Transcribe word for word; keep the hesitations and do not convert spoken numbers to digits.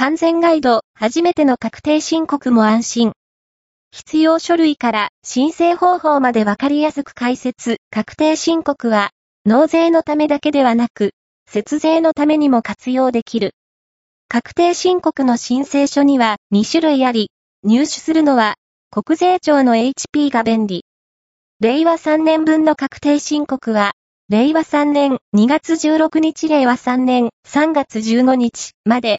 完全ガイド、初めての確定申告も安心。必要書類から申請方法までわかりやすく解説。確定申告は、納税のためだけではなく、節税のためにも活用できる。確定申告の申請書にはに種類あり、入手するのは国税庁の エイチピー が便利。れいわさんねんぶんの確定申告は、れいわさんねんにがつじゅうろくにちれいわさんねんさんがつじゅうごにちまで、